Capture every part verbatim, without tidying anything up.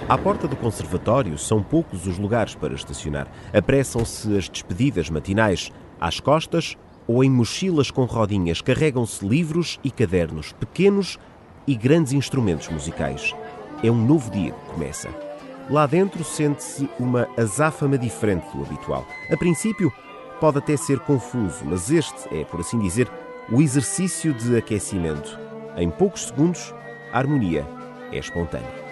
À porta do conservatório são poucos os lugares para estacionar. Apressam-se as despedidas matinais. Às costas ou em mochilas com rodinhas carregam-se livros e cadernos, pequenos e grandes instrumentos musicais. É um novo dia que começa. Lá dentro sente-se uma azáfama diferente do habitual. A princípio pode até ser confuso, mas este é, por assim dizer, o exercício de aquecimento. Em poucos segundos, a harmonia é espontânea.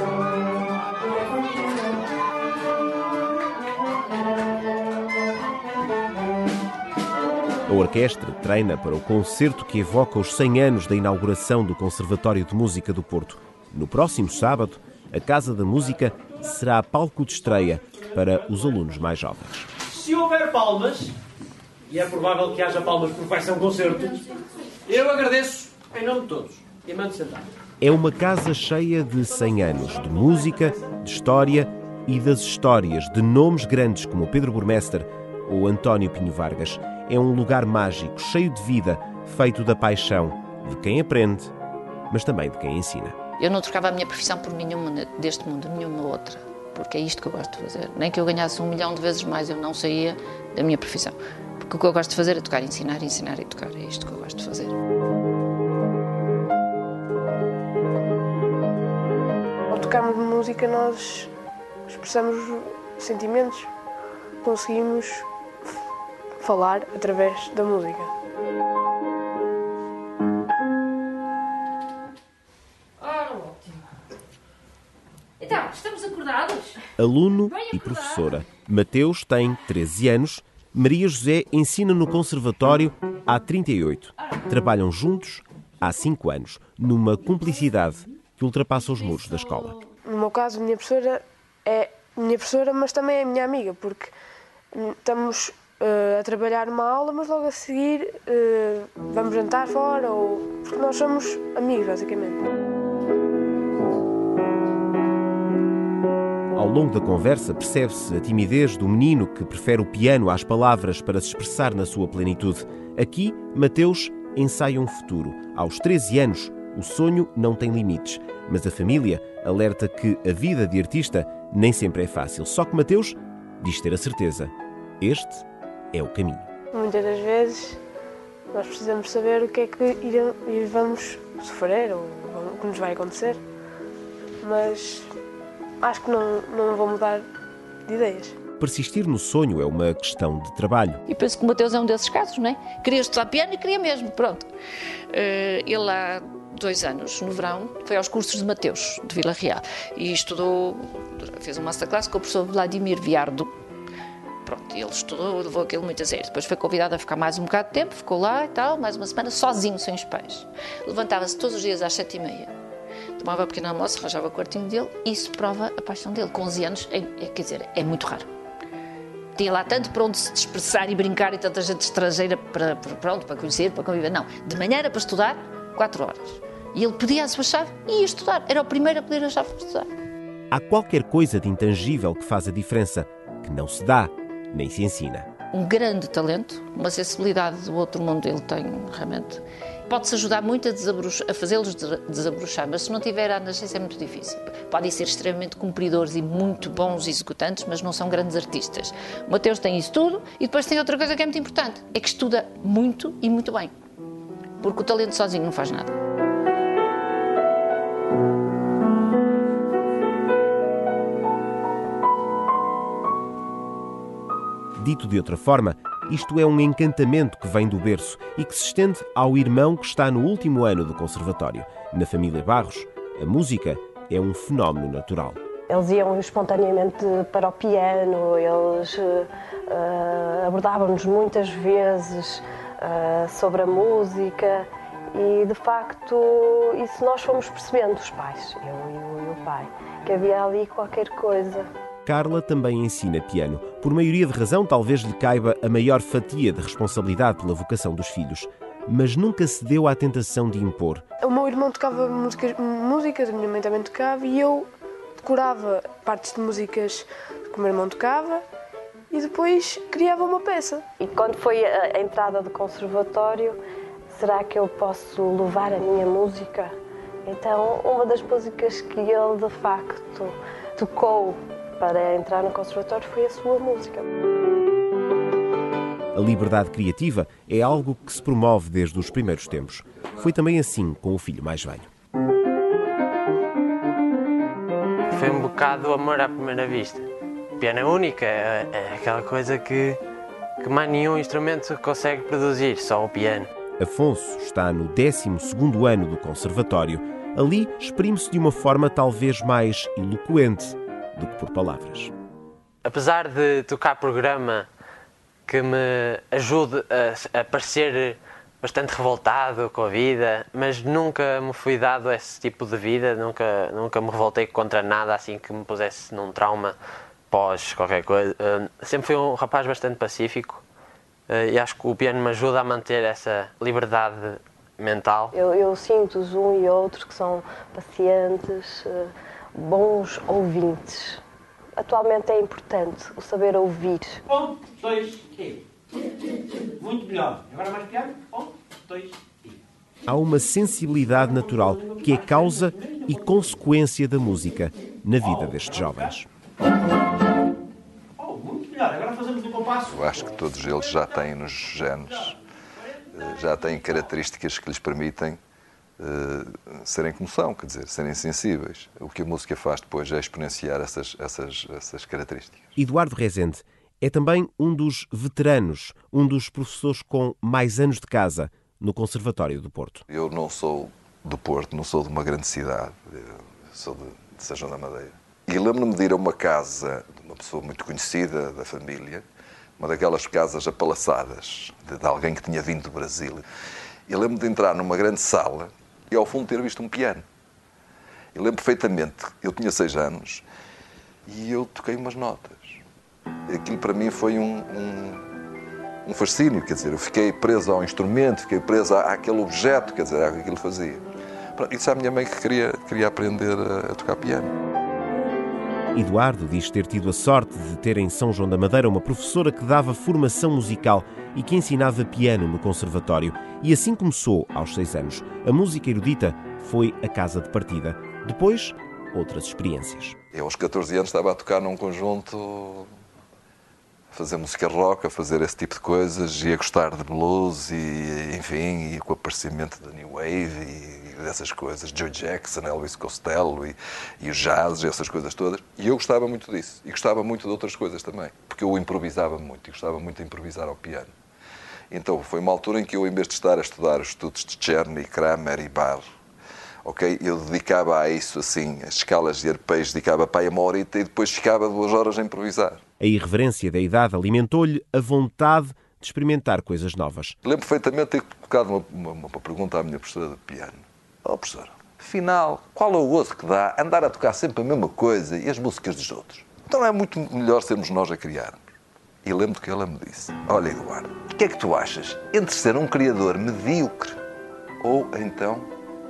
A orquestra treina para o concerto que evoca os cem anos da inauguração do Conservatório de Música do Porto. No próximo sábado, a Casa da Música será palco de estreia para os alunos mais jovens. Se houver palmas, e é provável que haja palmas porque vai ser um concerto, eu agradeço em nome de todos e mando sentar. É uma casa cheia de cem anos, de música, de história e das histórias de nomes grandes como Pedro Burmester ou António Pinho Vargas. É um lugar mágico, cheio de vida, feito da paixão de quem aprende, mas também de quem ensina. Eu não trocava a minha profissão por nenhuma deste mundo, nenhuma outra, porque é isto que eu gosto de fazer. Nem que eu ganhasse um milhão de vezes mais, eu não saía da minha profissão. Porque o que eu gosto de fazer é tocar, ensinar, ensinar e tocar. É isto que eu gosto de fazer. Ao tocarmos música, nós expressamos sentimentos, conseguimos falar através da música. Ora, ótimo. Então, estamos acordados? Aluno e professora. Mateus tem treze anos. Maria José ensina no conservatório há trinta e oito. Trabalham juntos há cinco anos, numa cumplicidade que ultrapassa os muros da escola. No meu caso, a minha professora é minha professora, mas também é minha amiga, porque estamos uh, a trabalhar numa aula, mas logo a seguir uh, vamos jantar fora, ou porque nós somos amigos, basicamente. Ao longo da conversa percebe-se a timidez do menino que prefere o piano às palavras para se expressar na sua plenitude. Aqui, Mateus ensaia um futuro. Aos treze anos, o sonho não tem limites, mas a família alerta que a vida de artista nem sempre é fácil. Só que Mateus diz ter a certeza. Este é o caminho. Muitas das vezes nós precisamos saber o que é que vamos sofrer ou o que nos vai acontecer, mas acho que não, não vou mudar de ideias. Persistir no sonho é uma questão de trabalho. E penso que o Mateus é um desses casos, não é? Queria estudar piano e queria mesmo, pronto. Ele há dois anos, no verão, foi aos cursos de Mateus, de Vila Real, e estudou, fez um masterclass com o professor Vladimir Viardo. Pronto, ele estudou, levou aquilo muito a sério. Depois foi convidado a ficar mais um bocado de tempo, ficou lá e tal, mais uma semana, sozinho, sem os pais. Levantava-se todos os dias às sete e meia. Tomava um pequeno almoço, arranjava o quartinho dele, e isso prova a paixão dele. Com onze anos, é, é, quer dizer, é muito raro. Tinha lá tanto para onde se expressar e brincar e tanta gente estrangeira para, para, pronto, para conhecer, para conviver. Não, de manhã era para estudar, quatro horas. E ele pedia a sua chave e ia estudar. Era o primeiro a pedir a chave para estudar. Há qualquer coisa de intangível que faz a diferença, que não se dá, nem se ensina. Um grande talento, uma sensibilidade do outro mundo ele tem, realmente. Pode-se ajudar muito a, a fazê-los desabrochar, mas se não tiver a nascença é muito difícil. Podem ser extremamente cumpridores e muito bons executantes, mas não são grandes artistas. O Mateus tem isso tudo e depois tem outra coisa que é muito importante, é que estuda muito e muito bem. Porque o talento sozinho não faz nada. Dito de outra forma, isto é um encantamento que vem do berço e que se estende ao irmão que está no último ano do conservatório. Na família Barros, a música é um fenómeno natural. Eles iam espontaneamente para o piano, eles uh, abordavam-nos muitas vezes uh, sobre a música e, de facto, isso nós fomos percebendo, os pais, eu e o, o pai, que havia ali qualquer coisa. Carla também ensina piano. Por maioria de razão, talvez lhe caiba a maior fatia de responsabilidade pela vocação dos filhos. Mas nunca se deu à tentação de impor. O meu irmão tocava músicas, músicas, a minha mãe também tocava, e eu decorava partes de músicas que o meu irmão tocava e depois criava uma peça. E quando foi a entrada do conservatório, será que eu posso levar a minha música? Então, uma das músicas que ele, de facto, tocou para entrar no conservatório foi a sua música. A liberdade criativa é algo que se promove desde os primeiros tempos. Foi também assim com o filho mais velho. Foi um bocado amor à primeira vista. O piano é único, é, é aquela coisa que, que mais nenhum instrumento consegue produzir, só o piano. Afonso está no décimo segundo ano do conservatório. Ali exprime-se de uma forma talvez mais eloquente do que por palavras. Apesar de tocar programa que me ajude a, a parecer bastante revoltado com a vida, mas nunca me fui dado esse tipo de vida, nunca, nunca me revoltei contra nada assim que me pusesse num trauma pós qualquer coisa. Uh, sempre fui um rapaz bastante pacífico uh, e acho que o piano me ajuda a manter essa liberdade mental. Eu, eu sinto-os um e outro que são pacientes, uh, bons ouvintes. Atualmente é importante o saber ouvir. Um, dois, e. Muito melhor. Agora mais piano. Um, dois, e. Há uma sensibilidade natural que é causa e consequência da música na vida destes jovens. Oh, muito melhor. Agora fazemos o compasso. Eu acho que todos eles já têm nos genes, já têm características que lhes permitem Uh, serem como são, quer dizer, serem sensíveis. O que a música faz depois é exponenciar essas, essas, essas características. Eduardo Rezende é também um dos veteranos, um dos professores com mais anos de casa no Conservatório do Porto. Eu não sou do Porto, não sou de uma grande cidade, sou de, de São João da Madeira. E lembro-me de ir a uma casa de uma pessoa muito conhecida da família, uma daquelas casas apalaçadas, de, de alguém que tinha vindo do Brasil. E lembro-me de entrar numa grande sala e ao fundo ter visto um piano. Eu lembro perfeitamente, eu tinha seis anos e eu toquei umas notas. Aquilo para mim foi um, um, um fascínio, quer dizer, eu fiquei preso ao instrumento, fiquei preso à, àquele objeto, quer dizer, àquilo que ele fazia. E disse à minha mãe que queria, queria aprender a, a tocar piano. Eduardo diz ter tido a sorte de ter em São João da Madeira uma professora que dava formação musical e que ensinava piano no conservatório. E assim começou, aos seis anos. A música erudita foi a casa de partida. Depois, outras experiências. Eu, aos catorze anos, estava a tocar num conjunto, a fazer música rock, a fazer esse tipo de coisas, e a gostar de blues, e enfim, e com o aparecimento da New Wave e dessas coisas, Joe Jackson, Elvis Costello e, e o jazz, essas coisas todas. E eu gostava muito disso. E gostava muito de outras coisas também, porque eu improvisava muito e gostava muito de improvisar ao piano. Então, foi uma altura em que eu, em vez de estar a estudar os estudos de Czerny, Kramer e Bach, okay, eu dedicava a isso, assim, as escalas de arpejos, dedicava para aí uma horita e depois ficava duas horas a improvisar. A irreverência da idade alimentou-lhe a vontade de experimentar coisas novas. Lembro perfeitamente de ter colocado uma, uma, uma pergunta à minha professora de piano. Oh, professora, afinal, qual é o gozo que dá andar a tocar sempre a mesma coisa e as músicas dos outros? Então não é muito melhor sermos nós a criarmos? E lembro que ela me disse, olha, Eduardo, o que é que tu achas entre ser um criador medíocre ou, então,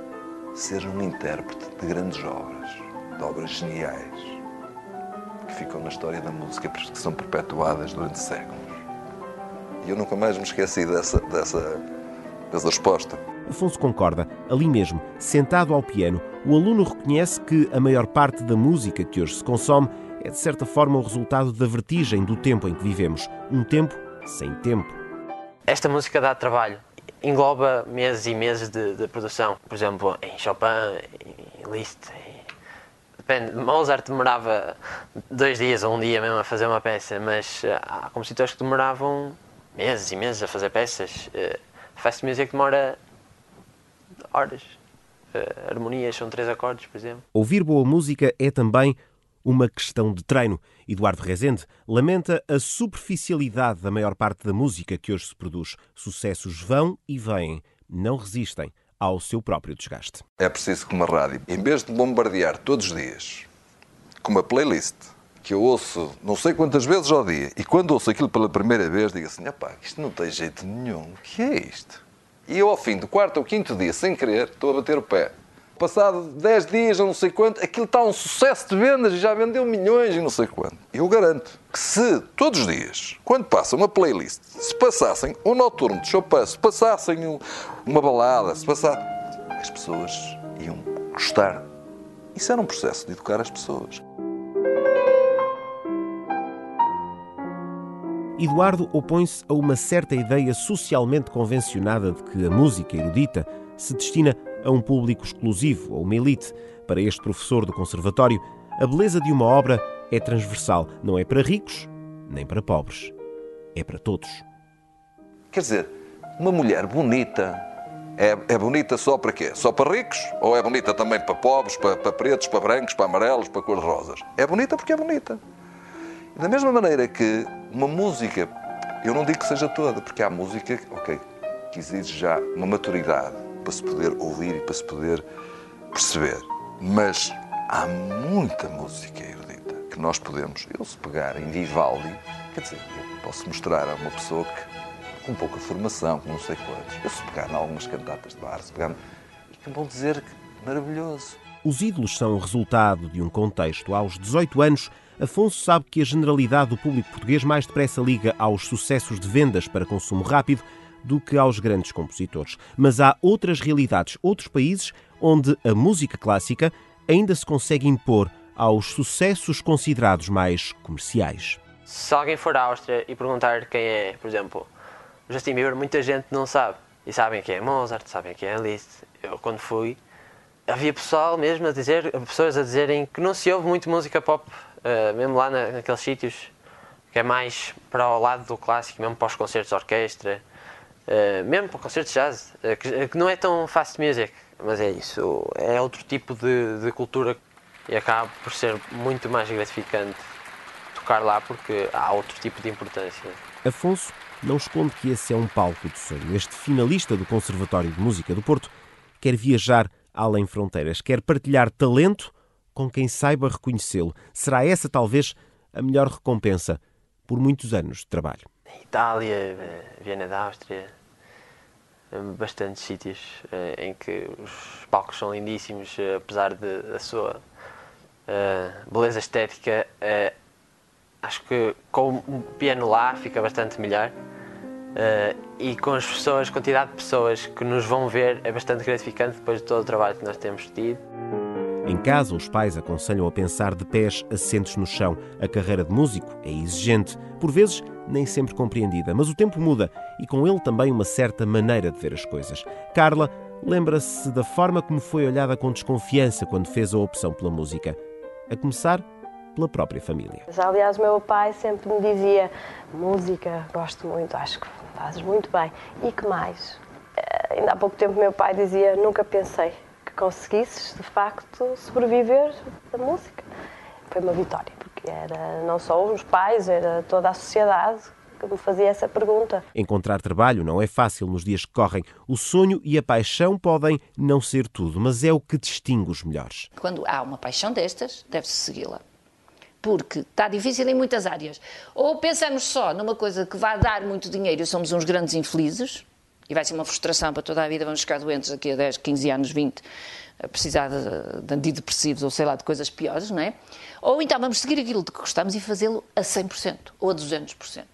ser um intérprete de grandes obras, de obras geniais, que ficam na história da música, que são perpetuadas durante séculos? E eu nunca mais me esqueci dessa, dessa, dessa resposta. Afonso concorda. Ali mesmo, sentado ao piano, o aluno reconhece que a maior parte da música que hoje se consome é, de certa forma, o resultado da vertigem do tempo em que vivemos. Um tempo sem tempo. Esta música dá trabalho. Engloba meses e meses de, de produção. Por exemplo, em Chopin, em Liszt. Em... Depende. Mozart demorava dois dias ou um dia mesmo a fazer uma peça, mas há compositores que demoravam meses e meses a fazer peças. Fast Music demora horas. Uh, harmonias são três acordes, por exemplo. Ouvir boa música é também uma questão de treino. Eduardo Rezende lamenta a superficialidade da maior parte da música que hoje se produz. Sucessos vão e vêm, não resistem ao seu próprio desgaste. É preciso que uma rádio, em vez de bombardear todos os dias com uma playlist que eu ouço não sei quantas vezes ao dia, e quando ouço aquilo pela primeira vez digo assim, epá, isto não tem jeito nenhum, o que é isto? E eu, ao fim do quarto ou quinto dia, sem querer, estou a bater o pé. Passado dez dias, ou não sei quanto, aquilo está um sucesso de vendas e já vendeu milhões e não sei quanto. Eu garanto que se, todos os dias, quando passa uma playlist, se passassem um noturno de Chopin, se passassem um, uma balada, se passassem... as pessoas iam gostar. Isso era um processo de educar as pessoas. Eduardo opõe-se a uma certa ideia socialmente convencionada de que a música erudita se destina a um público exclusivo, a uma elite. Para este professor do conservatório, a beleza de uma obra é transversal. Não é para ricos, nem para pobres. É para todos. Quer dizer, uma mulher bonita é, é bonita só para quê? Só para ricos? Ou é bonita também para pobres, para, para pretos, para brancos, para amarelos, para cor-de-rosas? É bonita porque é bonita. E da mesma maneira que uma música, eu não digo que seja toda, porque há música, ok, que exige já uma maturidade para se poder ouvir e para se poder perceber. Mas há muita música erudita que nós podemos, eu se pegar em Vivaldi, quer dizer, eu posso mostrar a uma pessoa que, com pouca formação, com não sei quantos, eu se pegar em algumas cantatas de bar, se pegar, e que vão dizer que maravilhoso. Os ídolos são o resultado de um contexto. Aos dezoito anos, Afonso sabe que a generalidade do público português mais depressa liga aos sucessos de vendas para consumo rápido do que aos grandes compositores. Mas há outras realidades, outros países onde a música clássica ainda se consegue impor aos sucessos considerados mais comerciais. Se alguém for à Áustria e perguntar quem é, por exemplo, Justin Bieber, muita gente não sabe. E sabem quem é Mozart, sabem quem é Liszt. Eu, quando fui, havia pessoal mesmo a dizer, pessoas a dizerem que não se ouve muito música pop, uh, mesmo lá na, naqueles sítios, que é mais para o lado do clássico, mesmo para os concertos de orquestra, uh, mesmo para concertos de jazz, uh, que, que não é tão fast music, mas é isso, é outro tipo de, de cultura e acaba por ser muito mais gratificante tocar lá porque há outro tipo de importância. Afonso não esconde que esse é um palco de sonho. Este finalista do Conservatório de Música do Porto quer viajar além fronteiras, quer partilhar talento com quem saiba reconhecê-lo. Será essa, talvez, a melhor recompensa por muitos anos de trabalho. Itália, Viena da Áustria, bastantes sítios em que os palcos são lindíssimos, apesar de, da sua uh, beleza estética. Uh, acho que com o piano lá fica bastante melhor. Uh, e com as pessoas, quantidade de pessoas que nos vão ver é bastante gratificante depois de todo o trabalho que nós temos tido. Em casa, os pais aconselham a pensar de pés assentos no chão. A carreira de músico é exigente, por vezes nem sempre compreendida, mas o tempo muda e com ele também uma certa maneira de ver as coisas. Carla lembra-se da forma como foi olhada com desconfiança quando fez a opção pela música, a começar pela própria família. Aliás, o meu pai sempre me dizia: música, gosto muito, acho que fazes muito bem. E que mais? Ainda há pouco tempo meu pai dizia: nunca pensei que conseguisses, de facto, sobreviver da música. Foi uma vitória, porque era não só os pais, era toda a sociedade que me fazia essa pergunta. Encontrar trabalho não é fácil nos dias que correm. O sonho e a paixão podem não ser tudo, mas é o que distingue os melhores. Quando há uma paixão destas, deve-se segui-la. Porque está difícil em muitas áreas. Ou pensamos só numa coisa que vai dar muito dinheiro e somos uns grandes infelizes, e vai ser uma frustração para toda a vida, vamos ficar doentes daqui a dez, quinze anos, vinte, a precisar de, de antidepressivos ou sei lá, de coisas piores, não é? Ou então vamos seguir aquilo de que gostamos e fazê-lo a cem por cento ou a duzentos por cento.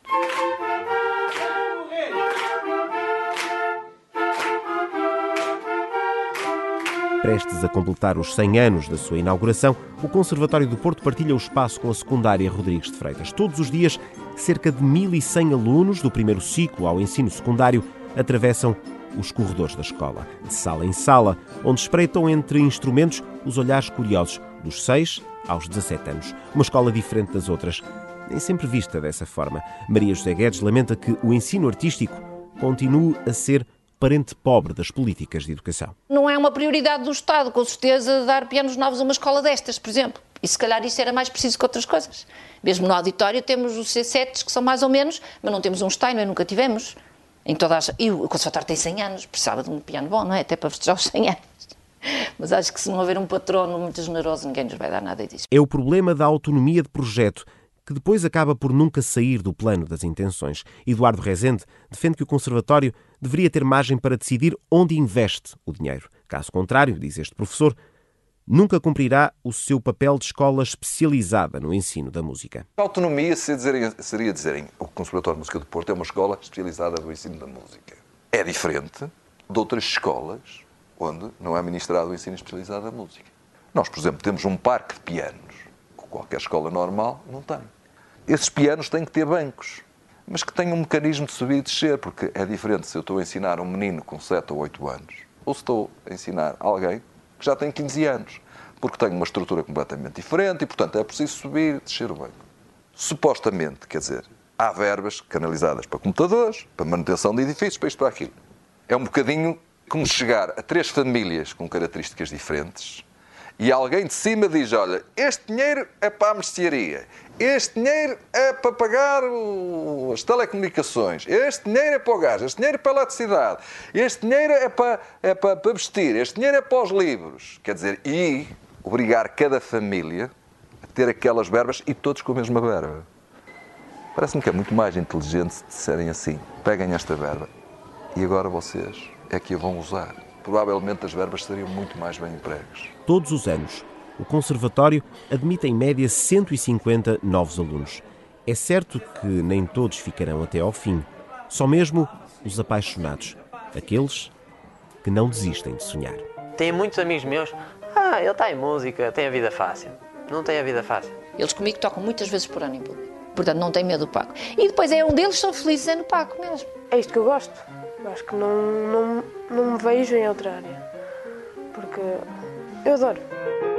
Prestes a completar os cem anos da sua inauguração, o Conservatório do Porto partilha o espaço com a secundária Rodrigues de Freitas. Todos os dias, cerca de mil e cem alunos do primeiro ciclo ao ensino secundário atravessam os corredores da escola, de sala em sala, onde espreitam entre instrumentos os olhares curiosos dos seis aos dezassete anos. Uma escola diferente das outras, nem sempre vista dessa forma. Maria José Guedes lamenta que o ensino artístico continue a ser parente pobre das políticas de educação. Não é uma prioridade do Estado, com certeza, dar pianos novos a uma escola destas, por exemplo. E se calhar isso era mais preciso que outras coisas. Mesmo no auditório temos os C sete, que são mais ou menos, mas não temos um Steinway, nunca tivemos. Em toda a... E o Conservatório tem cem anos, precisava de um piano bom, não é? Até para festejar os cem anos. Mas acho que se não houver um patrono muito generoso, ninguém nos vai dar nada disso. É o problema da autonomia de projeto, que depois acaba por nunca sair do plano das intenções. Eduardo Rezende defende que o Conservatório deveria ter margem para decidir onde investe o dinheiro. Caso contrário, diz este professor, nunca cumprirá o seu papel de escola especializada no ensino da música. A autonomia seria dizerem que o Conservatório de Música do Porto é uma escola especializada no ensino da música. É diferente de outras escolas onde não é ministrado o ensino especializado da música. Nós, por exemplo, temos um parque de pianos que qualquer escola normal não tem. Esses pianos têm que ter bancos. mas que tenha um mecanismo de subir e descer, porque é diferente se eu estou a ensinar um menino com sete ou oito anos ou se estou a ensinar alguém que já tem quinze anos, porque tem uma estrutura completamente diferente e, portanto, é preciso subir e descer o banco. Supostamente, quer dizer, há verbas canalizadas para computadores, para manutenção de edifícios, para isto, para aquilo. É um bocadinho como chegar a três famílias com características diferentes e alguém de cima diz, olha, este dinheiro é para a mercearia, este dinheiro é para pagar o... as telecomunicações, este dinheiro é para o gás, este dinheiro é para a eletricidade, este dinheiro é para, é para, para vestir, este dinheiro é para os livros. Quer dizer, e obrigar cada família a ter aquelas verbas e todos com a mesma verba. Parece-me que é muito mais inteligente se disserem assim, peguem esta verba e agora vocês é que a vão usar. Provavelmente as verbas seriam muito mais bem empregues. Todos os anos, o Conservatório admite em média cento e cinquenta novos alunos. É certo que nem todos ficarão até ao fim. Só mesmo os apaixonados. Aqueles que não desistem de sonhar. Tenho muitos amigos meus. Ah, ele está em música, tem a vida fácil. Não tem a vida fácil. Eles comigo tocam muitas vezes por ano em público. Portanto, não tem medo do Paco. E depois é um deles, são felizes é no Paco mesmo. É isto que eu gosto. Acho que não, não, não me vejo em outra área. Porque eu adoro.